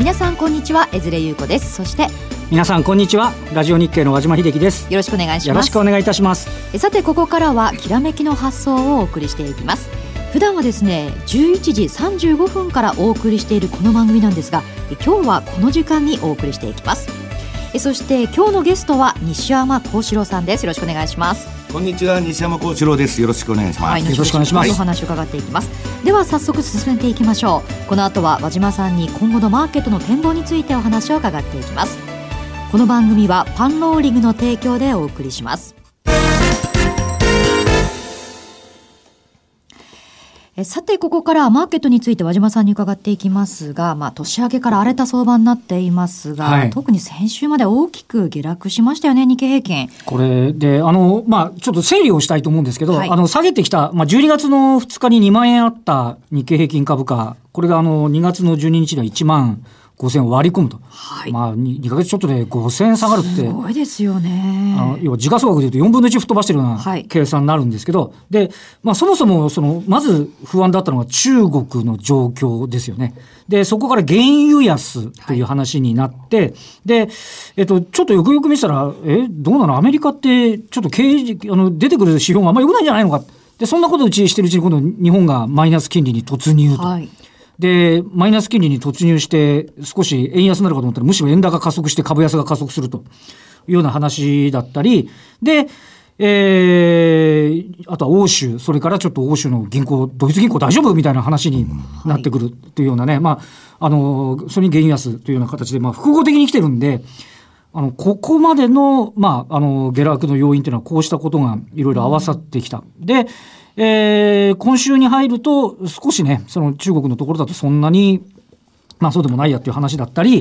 皆さんこんにちは、江連優子です。そして皆さんこんにちは、ラジオ日経の和島秀樹です。 よろしくお願いします。 よろしくお願いいたします。 さてここからはきらめきの発想をお送りしていきます。普段はですね11時35分からお送りしているこの番組なんですが、今日はこの時間にお送りしていきます。そして今日のゲストは西山幸四郎さんです。よろしくお願いします。 こんにちは、西山幸四郎です。よろしくお願いします。 よろしくお願いします。 お話を伺っていきます。では早速進めていきましょう。この後は和島さんに今後のマーケットの展望についてお話を伺っていきます。この番組はパンローリングの提供でお送りします。さてここからはマーケットについて和島さんに伺っていきますが、年明けから荒れた相場になっていますが、はい、特に先週まで大きく下落しましたよね、日経平均。これでちょっと整理をしたいと思うんですけど、はい、下げてきた、12月の2日に2万円あった日経平均株価、これが2月の12日には1万5000を割り込むと、はい、2ヶ月ちょっとで5000下がるってすごいですよね。要は時価総額でいうと4分の1吹っ飛ばしてるような計算になるんですけど、はい、で、そもそもまず不安だったのが中国の状況ですよね。でそこから原油安という話になって、はい、で、ちょっとよくよく見てたらどうなの、アメリカってちょっと出てくる指標があんまり良くないんじゃないのか、でそんなことをしてるうちに今度日本がマイナス金利に突入と、はい、でマイナス金利に突入して少し円安になるかと思ったらむしろ円高加速して株安が加速するというような話だったりで、あとは欧州、それからちょっと欧州の銀行、ドイツ銀行大丈夫みたいな話になってくるというようなね、それに原油安というような形で、複合的に来てるんで、ここまでの、下落の要因というのはこうしたことがいろいろ合わさってきた。で今週に入ると少しね、その中国のところだとそんなにそうでもないやっていう話だったり、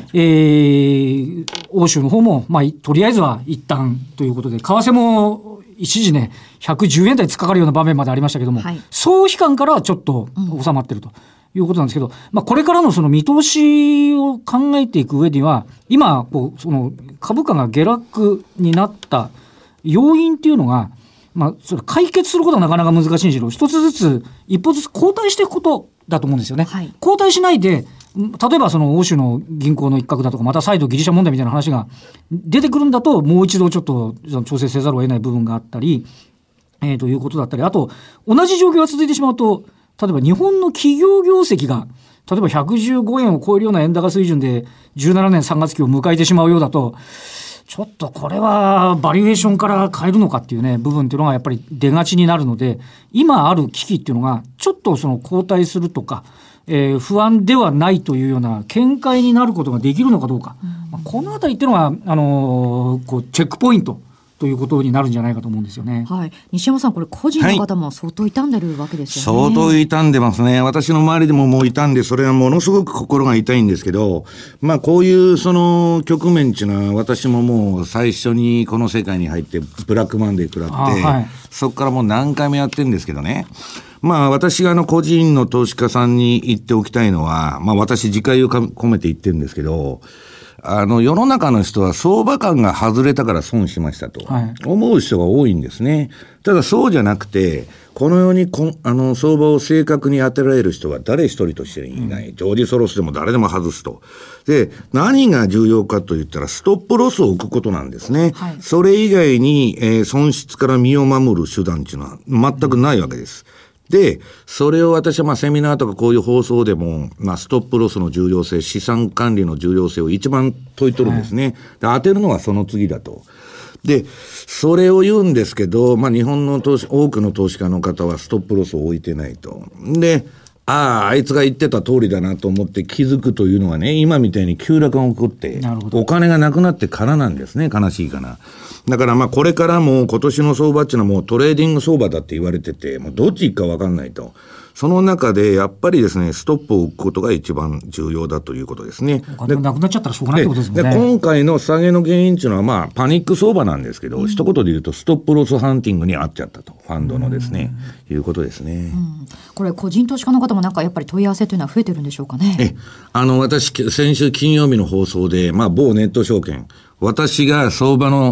欧州の方もとりあえずは一旦ということで、為替も一時ね110円台突っかかるような場面までありましたけども、はい、総悲観からはちょっと収まってるということなんですけど、これからのその見通しを考えていく上では、今その株価が下落になった要因っていうのがそれ解決することはなかなか難しいんですけど、一つずつ一歩ずつ後退していくことだと思うんですよね。はい、後退しないで、例えばその欧州の銀行の一角だとか、また再度ギリシャ問題みたいな話が出てくるんだと、もう一度ちょっと調整せざるを得ない部分があったり、ということだったり、あと同じ状況が続いてしまうと、例えば日本の企業業績が例えば115円を超えるような円高水準で17年3月期を迎えてしまうようだと、ちょっとこれはバリエーションから変えるのかっていうね部分っていうのがやっぱり出がちになるので、今ある危機っていうのがちょっとその後退するとか、不安ではないというような見解になることができるのかどうか、このあたりっていうのがチェックポイントということになるんじゃないかと思うんですよね。はい、西山さん、これ個人の方も相当傷んでるわけですよね。 相当傷んでますね。私の周りでももう傷んで、それはものすごく心が痛いんですけど、こういうその局面っていうのは、私ももう最初にこの世界に入ってブラックマンデー食らって、はい、そこからもう何回もやってるんですけどね。私が個人の投資家さんに言っておきたいのは、私自戒を込めて言ってるんですけど、世の中の人は相場感が外れたから損しましたと思う人が多いんですね。ただそうじゃなくて、このように相場を正確に当てられる人は誰一人としていない。ジョージ・ソロスでも誰でも外すと。で、何が重要かと言ったらストップロスを置くことなんですね。はい、それ以外に、損失から身を守る手段っていうのは全くないわけです。で、それを私はセミナーとかこういう放送でも、ストップロスの重要性、資産管理の重要性を一番問いとるんですね。はい、で、当てるのはその次だと。で、それを言うんですけど、日本の多くの投資家の方はストップロスを置いてないと。で、あいつが言ってた通りだなと思って気づくというのはね、今みたいに急落が起こって、お金がなくなってからなんですね。悲しいかな。だからこれからも今年の相場っていうのはもうトレーディング相場だって言われてて、もうどっち行くか分かんないと。その中でやっぱりですね、ストップを置くことが一番重要だということですね。 お金がなくなっちゃったらしょうがないってことですもんね。 で今回の下げの原因っていうのはパニック相場なんですけど、一言で言うとストップロスハンティングに合っちゃったと。ファンドのですね、いうことですね。 これ個人投資家の方もやっぱり問い合わせというのは増えてるんでしょうかね。 私先週金曜日の放送で、某ネット証券、私が相場の、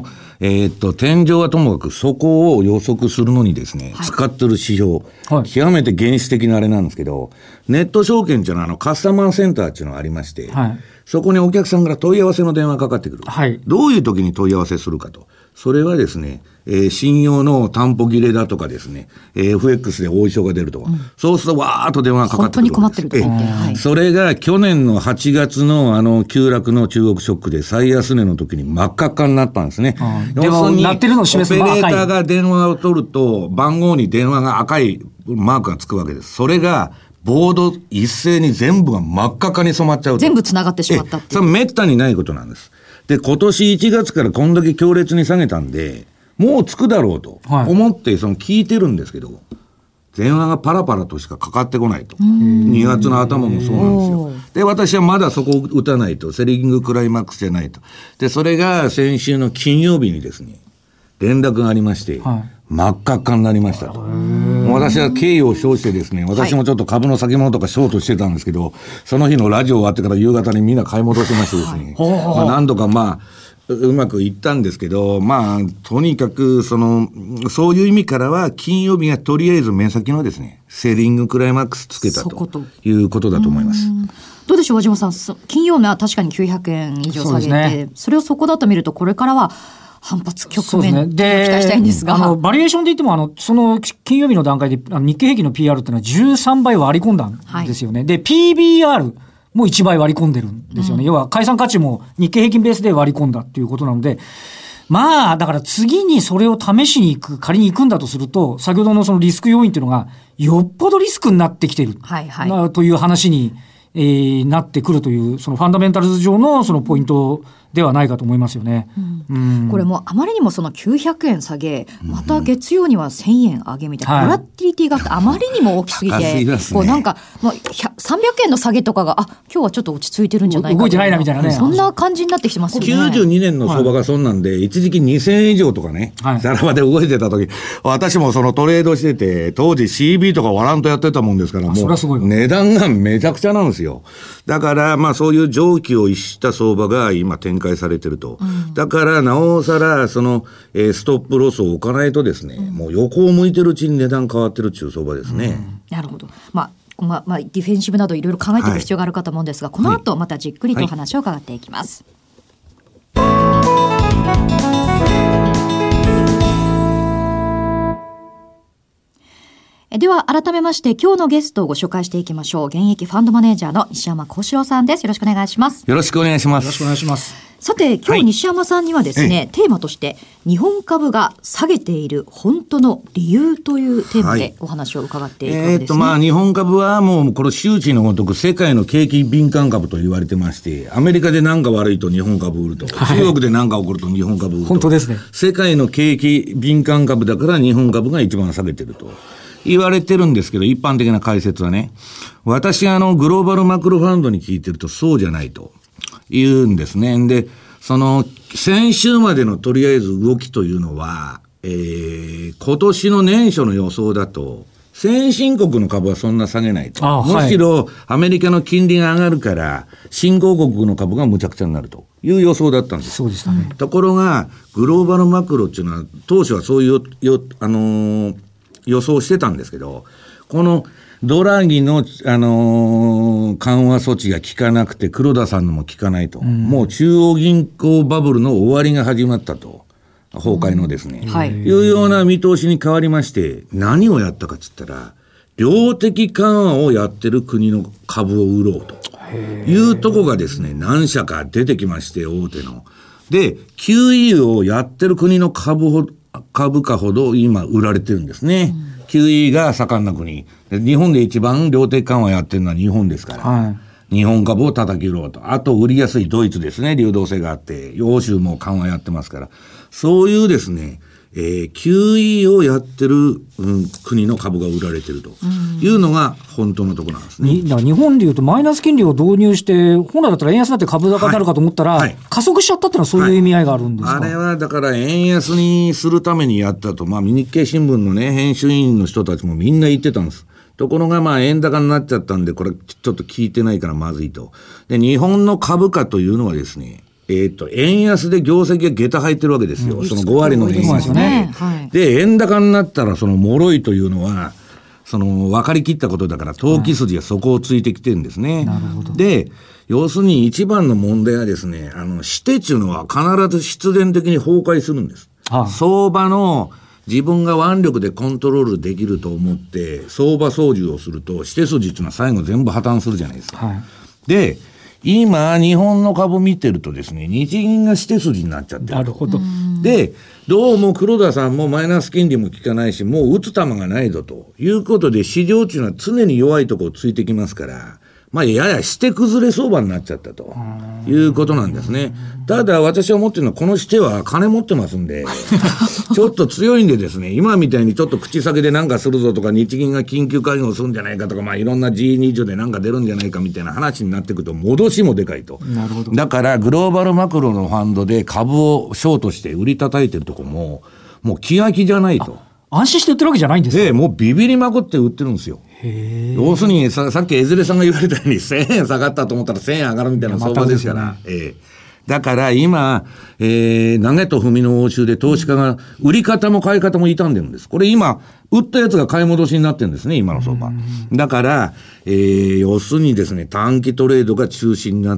天井はともかくそこを予測するのにですね、使ってる指標、極めて原始的なあれなんですけど、ネット証券っていうのはカスタマーセンターっていうのがありまして、そこにお客さんから問い合わせの電話がかかってくる。どういう時に問い合わせするかと。それはですね、信用の担保切れだとかですね、FX で大潮が出るとか、そうするとわーっと電話がかかってくる。 本当に困ってると思って、 それが去年の8月の急落の中国ショックで最安値の時に真っ赤っかになったんですね。 要するにオペレーターが電話を取ると番号に電話が赤いマークがつくわけです。それがボード一斉に全部が真っ赤っかに染まっちゃうと。 全部つながってしまったっていう。 それはめったにないことなんです。で、今年1月からこんだけ強烈に下げたんで、もうつくだろうと思って聞いてるんですけど、電話がパラパラとしかかかってこないと。2月の頭もそうなんですよ。で、私はまだそこを打たないと、セリングクライマックスじゃないと。で、それが先週の金曜日にですね、連絡がありまして、真っ赤っかになりましたと。私は敬意を表してですね、私もちょっと株の先物とかショートしてたんですけど、その日のラジオ終わってから夕方にみんな買い戻しましてですね、何度かうまくいったんですけど、とにかくそういう意味からは金曜日がとりあえず目先のですね、セリングクライマックスつけたということだと思います。 どうでしょう、和島さん、金曜日は確かに900円以上下げて、それをそこだと見るとこれからは反発局面を期待したいんですが、 バリエーションで言ってもその金曜日の段階で日経平均の PR っていうのは13倍割り込んだんですよね。で PBR も1倍割り込んでるんですよね。要は解散価値も日経平均ベースで割り込んだっていうことなので、だから次にそれを試しに仮に行くんだとすると、先ほどのそのリスク要因っていうのがよっぽどリスクになってきてる、という話に、なってくるという、そのファンダメンタルズ上のそのポイントではないかと思いますよね。 これもあまりにもその900円下げ、また月曜には1000円上げみたいな、ボラティリティがあまりにも大きすぎて、なんか300円の下げとかが今日はちょっと落ち着いてるんじゃないか動いてないなみたいなね、 そんな感じになってきてますよね。 92年の相場がそんなんで、一時期2000円以上とかね、ザラバで動いてた時、私もそのトレードしてて、当時 CB とかワラントやってたもんですから、もう値段がめちゃくちゃなんですよ。だからそういう上気を逸した相場が今展開されてると。だからなおさらストップロスを置かないとですね、もう横を向いてるうちに値段変わってるっていう相場ですね。 なるほど。ディフェンシブなどいろいろ考えていく必要があるかと思うんですが、この後またじっくりとお話を伺っていきます。では改めまして今日のゲストをご紹介していきましょう。現役ファンドマネージャーの西山幸四郎さんです。よろしくお願いします。 よろしくお願いします。 よろしくお願いします。 さて今日西山さんにはですね、テーマとして日本株が下げている本当の理由というテーマでお話を伺っていくわけですね。 日本株はもうこれ周知のごとく世界の景気敏感株と言われてまして、アメリカで何か悪いと日本株売ると、中国で何か起こると日本株売ると、 本当ですね。 世界の景気敏感株だから日本株が一番下げてると言われてるんですけど、一般的な解説はね、私グローバルマクロファンドに聞いてるとそうじゃないと言うんですね。で、先週までのとりあえず動きというのは、今年の年初の予想だと、先進国の株はそんな下げないと。むしろアメリカの金利が上がるから、新興国の株がむちゃくちゃになるという予想だったんです。 そうでしたね。 ところが、グローバルマクロっていうのは、当初はそういう予想してたんですけど、このドラギの、緩和措置が効かなくて、黒田さんのも効かないと、もう中央銀行バブルの終わりが始まったと、崩壊のですね、いうような見通しに変わりまして、何をやったかって言ったら、量的緩和をやってる国の株を売ろうというとこがですね、何社か出てきまして、大手の。で、QE をやってる国の株価ほど今売られてるんですね。QE が盛んな国。日本で一番量的緩和やってるのは日本ですから。日本株を叩き売ろうと。あと売りやすいドイツですね。流動性があって。欧州も緩和やってますから。そういうですね、QE をやってる、国の株が売られてるというのが本当のところなんですね。 だから日本でいうとマイナス金利を導入して、本来だったら円安になって株高になるかと思ったら、加速しちゃったっていうのはそういう意味合いがあるんですか？ あれはだから円安にするためにやったと、日経新聞のね、編集員の人たちもみんな言ってたんです。ところが円高になっちゃったんで、これちょっと聞いてないからまずいと。で、日本の株価というのはですね、 円安で業績が下駄入ってるわけですよ。その5割の円安で、 ね、はい。 で、円高になったらその脆いというのは、分かりきったことだから、投機筋がそこをついてきてるんですね。 なるほど。 で、要するに一番の問題はですね、してっていうのは必ず必然的に崩壊するんです。相場の自分が腕力でコントロールできると思って、相場操縦をすると、して筋っていうのは最後全部破綻するじゃないですか。はい、で、今、日本の株見てるとですね、日銀がして筋になっちゃってる。 なるほど。 で、どうも黒田さんもマイナス金利も効かないし、もう打つ球がないぞということで、市場っていうのは常に弱いところをついてきますから、まあ、ややして崩れ相場になっちゃったということなんですね。ただ、私は思ってるのは、このしては金持ってますんで、ちょっと強いんでですね、今みたいにちょっと口先でなんかするぞとか、日銀が緊急会合するんじゃないかとか、まあ、いろんな G20 でなんか出るんじゃないかみたいな話になってくると、戻しもでかいと。 なるほど。 だから、グローバルマクロのファンドで株をショートして売り叩いてるとこも、もう気が気じゃないと。 安心して売ってるわけじゃないんですか？ もうビビりまくって売ってるんですよ。要するにさっき江連さんが言われたように1000円下がったと思ったら1000円上がるみたいな相場ですから。だから今、投げと踏みの応酬で投資家が売り方も買い方も傷んでるんです。これ今、売ったやつが買い戻しになってるんですね、今の相場。だから、要するにですね、短期トレードが中心になって、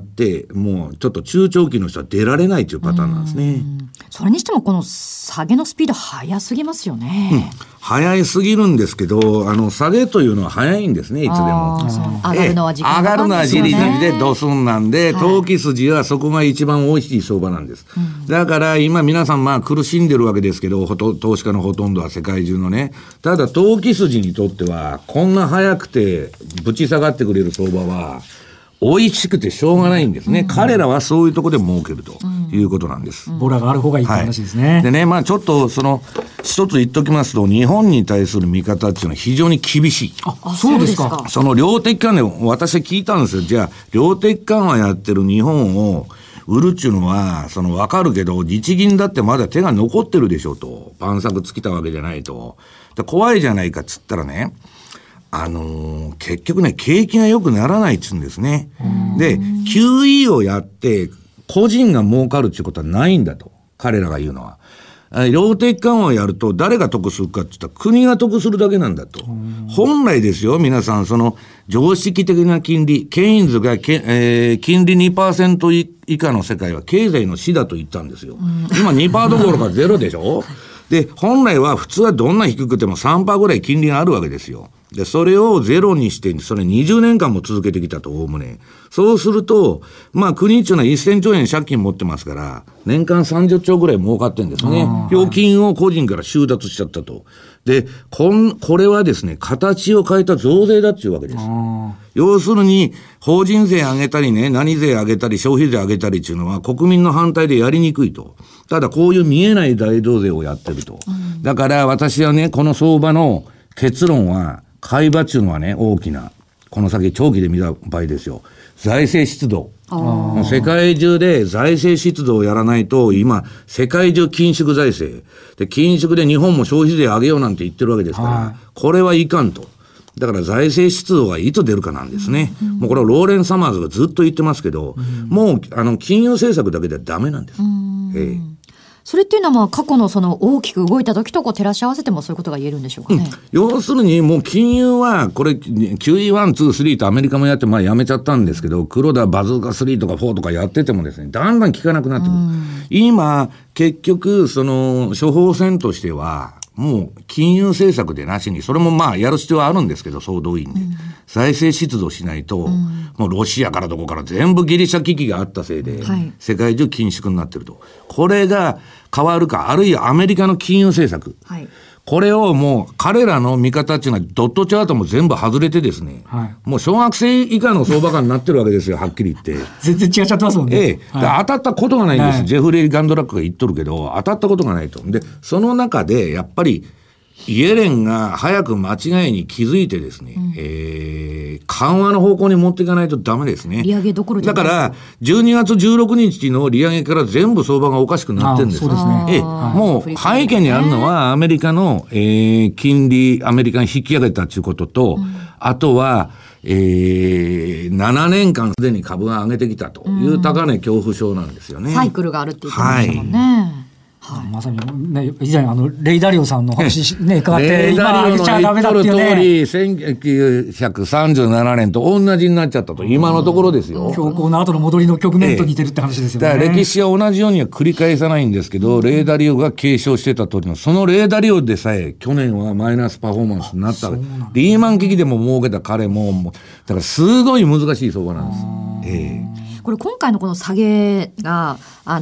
もうちょっと中長期の人は出られないというパターンなんですね。 それにしてもこの下げのスピード速すぎますよね。 早いすぎるんですけど、下げというのは早いんですね、いつでも。 上がるのは時間かかるんですよね。 上がるのはじりじりでドスンなんで、投機筋はそこが一番美味しい相場なんです。だから今皆さんまあ苦しんでるわけですけど、投資家のほとんどは世界中のね。ただ投機筋にとっては、こんな早くてぶち下がってくれる相場は、美味しくてしょうがないんですね。彼らはそういうところで儲けるということなんです。 ボラがある方がいいって話ですね。 でね、まあちょっと一つ言っときますと、日本に対する見方っていうのは非常に厳しい。 そうですか。 その量的緩和、私は聞いたんですよ。じゃあ、量的緩和やってる日本を売るっていうのは、わかるけど、日銀だってまだ手が残ってるでしょと。万策尽きたわけじゃないと。怖いじゃないかっつったらね、結局ね、景気が良くならないっつうんですね。で、QE をやって、個人が儲かるっていうことはないんだと。彼らが言うのは。量的緩和をやると誰が得するかって言ったら国が得するだけなんだと。本来ですよ、皆さん、常識的な金利、ケインズが金利 2% 以下の世界は経済の死だと言ったんですよ。今 2% どころかゼロでしょ。で、本来は普通はどんな低くても 3% ぐらい金利があるわけですよ。で、それをゼロにして、それ20年間も続けてきたと、おおむね。そうすると、まあ国っていうのは1000兆円借金持ってますから、年間30兆ぐらい儲かってるんですね。預金を個人から収奪しちゃったと。で、これはですね、形を変えた増税だっていうわけです。要するに、法人税上げたりね、何税上げたり、消費税上げたりっていうのは国民の反対でやりにくいと。ただこういう見えない大増税をやってると。だから私はね、この相場の結論は、買い場っていうのはね、大きな、この先長期で見た場合ですよ。財政出動。世界中で財政出動をやらないと、今、世界中緊縮財政。で、緊縮で日本も消費税上げようなんて言ってるわけですから、これはいかんと。だから財政出動はいつ出るかなんですね。もうこれはローレン・サマーズがずっと言ってますけど、もう、金融政策だけではダメなんです。 それっていうのはまあ過去の大きく動いた時と照らし合わせてもそういうことが言えるんでしょうかね。 要するにもう金融はこれ QE1、2、3とアメリカもやってまあやめちゃったんですけど、黒田バズーカ3とか4とかやっててもですね、だんだん効かなくなってくる。今結局処方箋としてはもう金融政策でなしに、それもまあやる必要はあるんですけど、総動員で。財政出動しないと、もうロシアからどこから全部ギリシャ危機があったせいで、世界中緊縮になってると。これが変わるか、あるいはアメリカの金融政策。これをもう彼らの見方っていうのはドットチャートも全部外れてですね、もう小学生以下の相場感になってるわけですよ、はっきり言って。 全然違っちゃってますもんね。 当たったことがないんです。ジェフレイ・ガンドラックが言っとるけど、当たったことがないと。で、その中でやっぱりイエレンが早く間違いに気づいてですね、緩和の方向に持っていかないとダメですね。 利上げどころじゃない。 だから12月16日の利上げから全部相場がおかしくなってるんです。 そうですね。 もう背景にあるのはアメリカの、金利アメリカに引き上げたということと、あとは 7年間すでに株が上げてきたという高値恐怖症なんですよね。 サイクルがあるって言ってましたもんね。 はい、まさに、ね、以前レイダリオさんの話、ね、伺って今上げちゃダメだっていうね。レイダリオの言っとる通り1937年と同じになっちゃったと、今のところですよ。 恐慌の後の戻りの局面と似てるって話ですよね。 だから歴史は同じようには繰り返さないんですけど、レイダリオが継承してた通りのそのレイダリオでさえ去年はマイナスパフォーマンスになったわけ。リーマン危機でも儲けた彼もだからすごい難しい相場なんです。 これ今回のこの下げが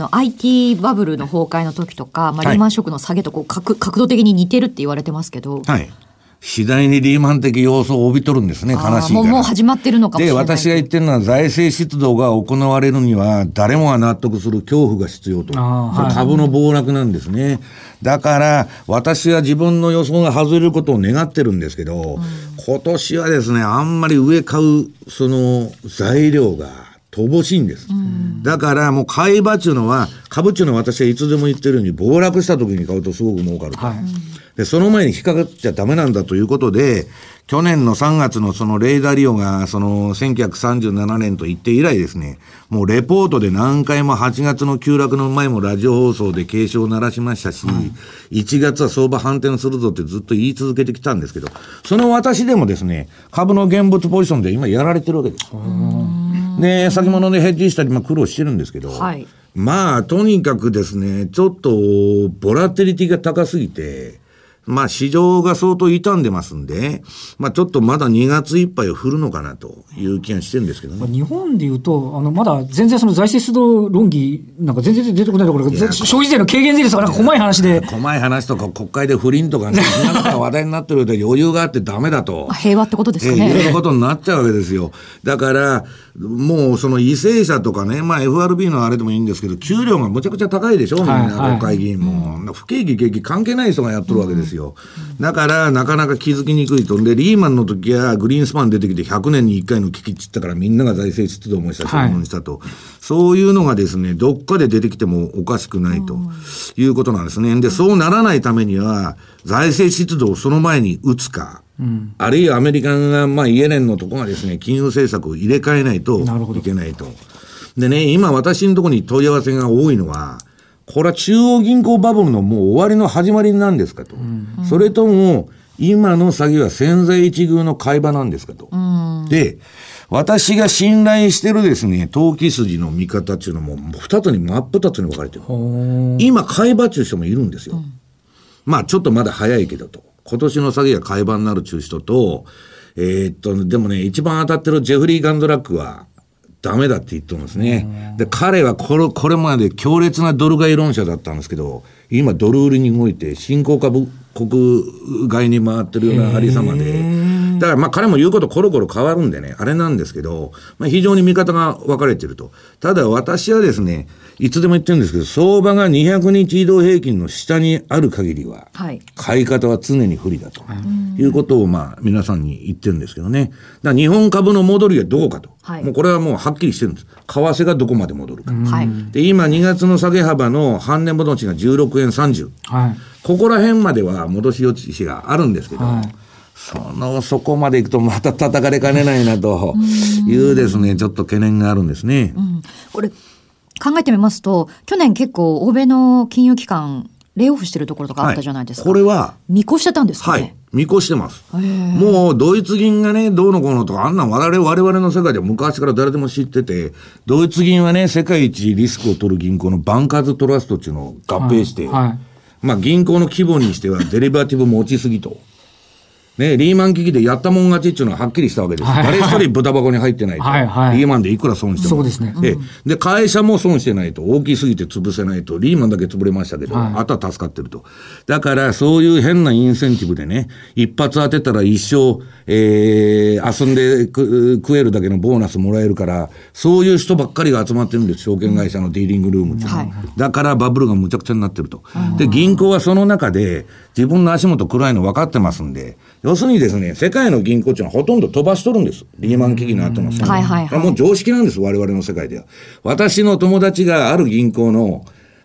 IT バブルの崩壊の時とか、リーマンショックの下げとこう角度的に似てるって言われてますけど、 はい、次第にリーマン的要素を帯びとるんですね。悲しいからもう始まってるのかもしれない。 で、私が言ってるのは財政出動が行われるには誰もが納得する恐怖が必要と、株の暴落なんですね。だから私は自分の予想が外れることを願ってるんですけど、今年はですね、あんまり上買うその材料が乏しいんです。だからもう買い場っていうのは、株っていうのは私はいつでも言ってるように暴落した時に買うとすごく儲かると。で、その前に引っかかっちゃダメなんだということで、去年の3月のそのレイダリオがその1937年と言って以来ですね、もうレポートで何回も8月の急落の前もラジオ放送で警鐘を鳴らしましたし、1月は相場反転するぞってずっと言い続けてきたんですけど、その私でもですね、株の現物ポジションで今やられてるわけです。で、先物でヘッジしたり苦労してるんですけど、とにかくですね、ちょっとボラティリティが高すぎて、市場が相当傷んでますんで、ちょっとまだ2月いっぱいを振るのかなという気がしてるんですけどね。 日本でいうと、まだ全然その財政出動論議なんか全然出てこないところが、消費税の軽減税率とかなんか細い話で。 細い話とか国会で不倫とかね、なんか話題になってるで余裕があってダメだと。 平和ってことですかね。 いうことになっちゃうわけですよ。だから、もうその為政者とかね、FRB のあれでもいいんですけど、給料がむちゃくちゃ高いでしょ、みんな、国会議員も。不景気景気関係ない人がやっとるわけですよ。だからなかなか気づきにくいと。で、リーマンの時はグリーンスパン出てきて100年に1回の危機って言ったからみんなが財政出動もしたし、したと。そういうのがですね、どっかで出てきてもおかしくないということなんですね。で、そうならないためには、財政出動をその前に打つか、あるいはアメリカが、イエレンのところがですね、金融政策を入れ替えないといけないと。でね、今私のところに問い合わせが多いのは、これは中央銀行バブルのもう終わりの始まりなんですかと。それとも、今の詐欺は千載一遇の買い場なんですかと。で、私が信頼してるですね、投機筋の見方っていうのも、二つに真っ二つに分かれてる。今、買い場っていう人もいるんですよ。ちょっとまだ早いけどと。今年の詐欺が買い場になるっていう人と、でもね、一番当たってるジェフリー・ガンドラックは、ダメだって言ってるんですね。で、彼はこれまで強烈なドル買い論者だったんですけど、今ドル売りに動いて新興株国買いに回ってるようなありさまで、だから彼も言うことコロコロ変わるんでね、あれなんですけど、非常に見方が分かれてると。ただ私はですね、いつでも言ってるんですけど、相場が200日移動平均の下にある限りは、買い方は常に不利だということを皆さんに言ってるんですけどね。だから日本株の戻りはどこかと。もうこれはもうはっきりしてるんです。為替がどこまで戻るか。で、今2月の下げ幅の半年戻しが16円30。ここら辺までは戻し余地があるんですけど、そこまでいくとまた叩かれかねないなというですね、ちょっと懸念があるんですね。 これ考えてみますと、去年結構欧米の金融機関レイオフしてるところとかあったじゃないですか。 これは見越してたんですかね。 見越してます。もうドイツ銀がね、どうのこうのとか、あんなん我々の世界では昔から誰でも知ってて、ドイツ銀はね、世界一リスクを取る銀行のバンカーズトラストっていうのを合併して、銀行の規模にしてはデリバティブ持ちすぎと。ね、リーマン危機でやったもん勝ちっていうのははっきりしたわけです。誰一人豚箱に入ってないと。リーマンでいくら損しても。 そうですね。 で、会社も損してないと。大きすぎて潰せないと。リーマンだけ潰れましたけど、あとは助かってると。だから、そういう変なインセンティブでね、一発当てたら一生、遊んで食えるだけのボーナスもらえるから、そういう人ばっかりが集まってるんです。証券会社のディーリングルームっていうのは。だからバブルがむちゃくちゃになってると。で、銀行はその中で自分の足元暗いの分かってますんで、要するにですね、世界の銀行っていうのはほとんど飛ばしとるんです。リーマン危機の後の。もう常識なんです、我々の世界では。私の友達がある銀行の、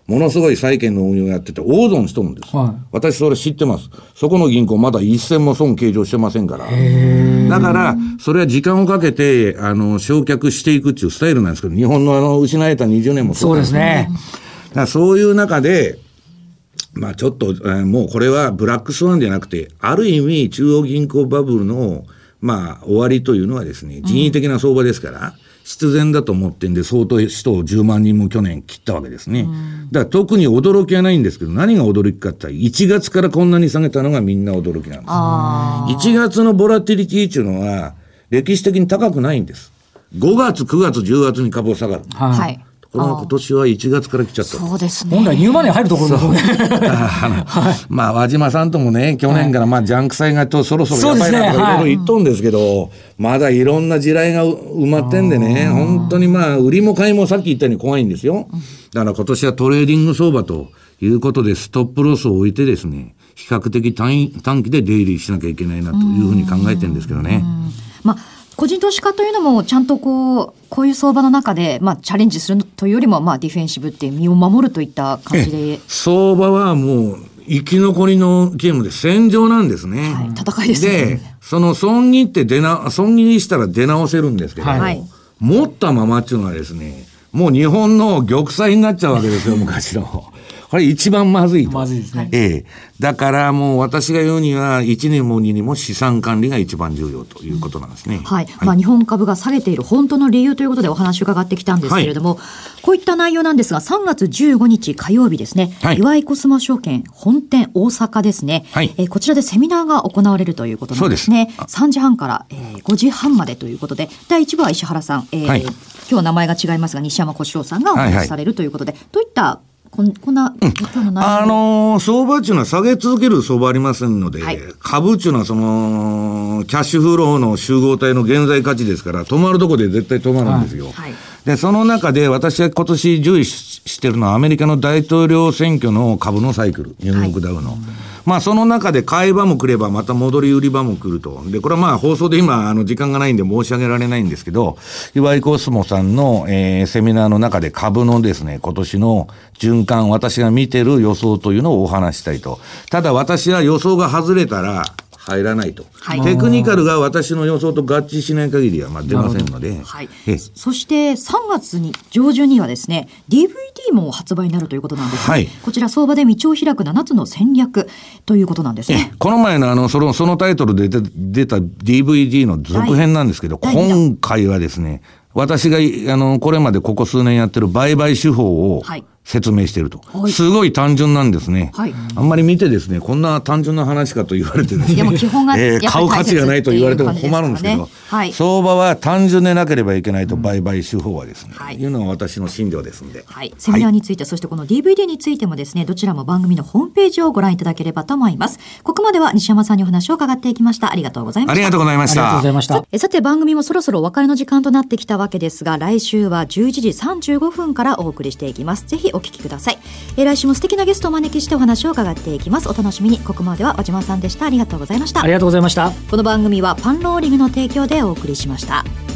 ものすごい債券の運用をやってて大損しとるんです、私それ知ってます。そこの銀行まだ一銭も損計上してませんから。だからそれは時間をかけて償却していくっていうスタイルなんですけど、日本の失われた20年もそうですね。 だからそういう中でまあちょっともうこれはブラックスワンじゃなくて、ある意味中央銀行バブルのまあ終わりというのはですね、人為的な相場ですから、必然だと思ってんで、相当人を10万人も去年切ったわけですね。だから特に驚きはないんですけど、何が驚きかって言ったら、1月からこんなに下げたのがみんな驚きなんです。1月のボラティリティっていうのは歴史的に高くないんです。5月、9月、10月に株下がる。 はい。 これは今年は1月から来ちゃった。 そうですね。 本来ニューマネー入るところですよね。 まあ和島さんともね、去年からまあジャンク債がそろそろやばいなとかいろいろ言っとんですけど、まだいろんな地雷が埋まってんでね、本当にまあ売りも買いもさっき言ったように怖いんですよ。だから今年はトレーディング相場ということでストップロスを置いてですね、比較的短期で出入りしなきゃいけないなというふうに考えてるんですけどね。 まあ個人投資家というのもちゃんとこういう相場の中で、まあ、チャレンジするというよりも、まあ、ディフェンシブって身を守るといった感じで。 相場はもう生き残りのゲームで戦場なんですね。 はい、戦いですね。 で、その損切って損切りしたら出直せるんですけど、持ったままっていうのはですね、もう日本の玉砕になっちゃうわけですよ、昔の。これ一番まずいと。 まずいですね。 だからもう私が言うには1年も2年も資産管理が一番重要ということなんですね。 まあ、日本株が下げている本当の理由ということでお話を伺ってきたんですけれども、こういった内容なんですが、3月15日火曜日ですね、岩井コスモ証券本店大阪ですね、こちらでセミナーが行われるということなんですね。3時半から、5時半までということで、第1部は石原さん、今日名前が違いますが西山小四郎さんがお話しされるということで、どういったこんな今日の内容、 相場っていうのは下げ続ける相場ありませんので、株っていうのはそのキャッシュフローの集合体の現在価値ですから、止まるとこで絶対止まるんですよ。でその中で私は今年重視してるのはアメリカの大統領選挙の株のサイクル、ニューヨークダウの、まあその中で買い場も来ればまた戻り売り場も来ると。でこれはまあ放送で今時間がないんで申し上げられないんですけど、岩井コスモさんの、セミナーの中で株のですね、今年の循環、私が見てる予想というのをお話したいと。ただ私は予想が外れたら入らないと、テクニカルが私の予想と合致しない限りはまあ出ませんので、 そして3月に上旬にはですね DVD も発売になるということなんですね。こちら相場で道を開く7つの戦略ということなんですね。 この前のそのタイトルで出た DVD の続編なんですけど、今回はですね、私がこれまでここ数年やってる売買手法を説明していると、すごい単純なんですね。あんまり見てですね、こんな単純な話かと言われてですね、買う価値がないと言われても困るんですけど、相場は単純でなければいけないと、売買手法はですね、いうのが私の信条ですんで、 セミナーについて、そしてこの DVD についてもですね、どちらも番組のホームページをご覧いただければと思います。ここまでは西山さんにお話を伺っていきました。ありがとうございました。 ありがとうございました。 ありがとうございました。 さて番組もそろそろお別れの時間となってきたわけですが、来週は11時35分からお送りしていきます。ぜひお聞きください。来週も素敵なゲストをお招きしてお話を伺っていきます。お楽しみに。ここまでは和島さんでした。ありがとうございました。 ありがとうございました。 この番組はパンローリングの提供でお送りしました。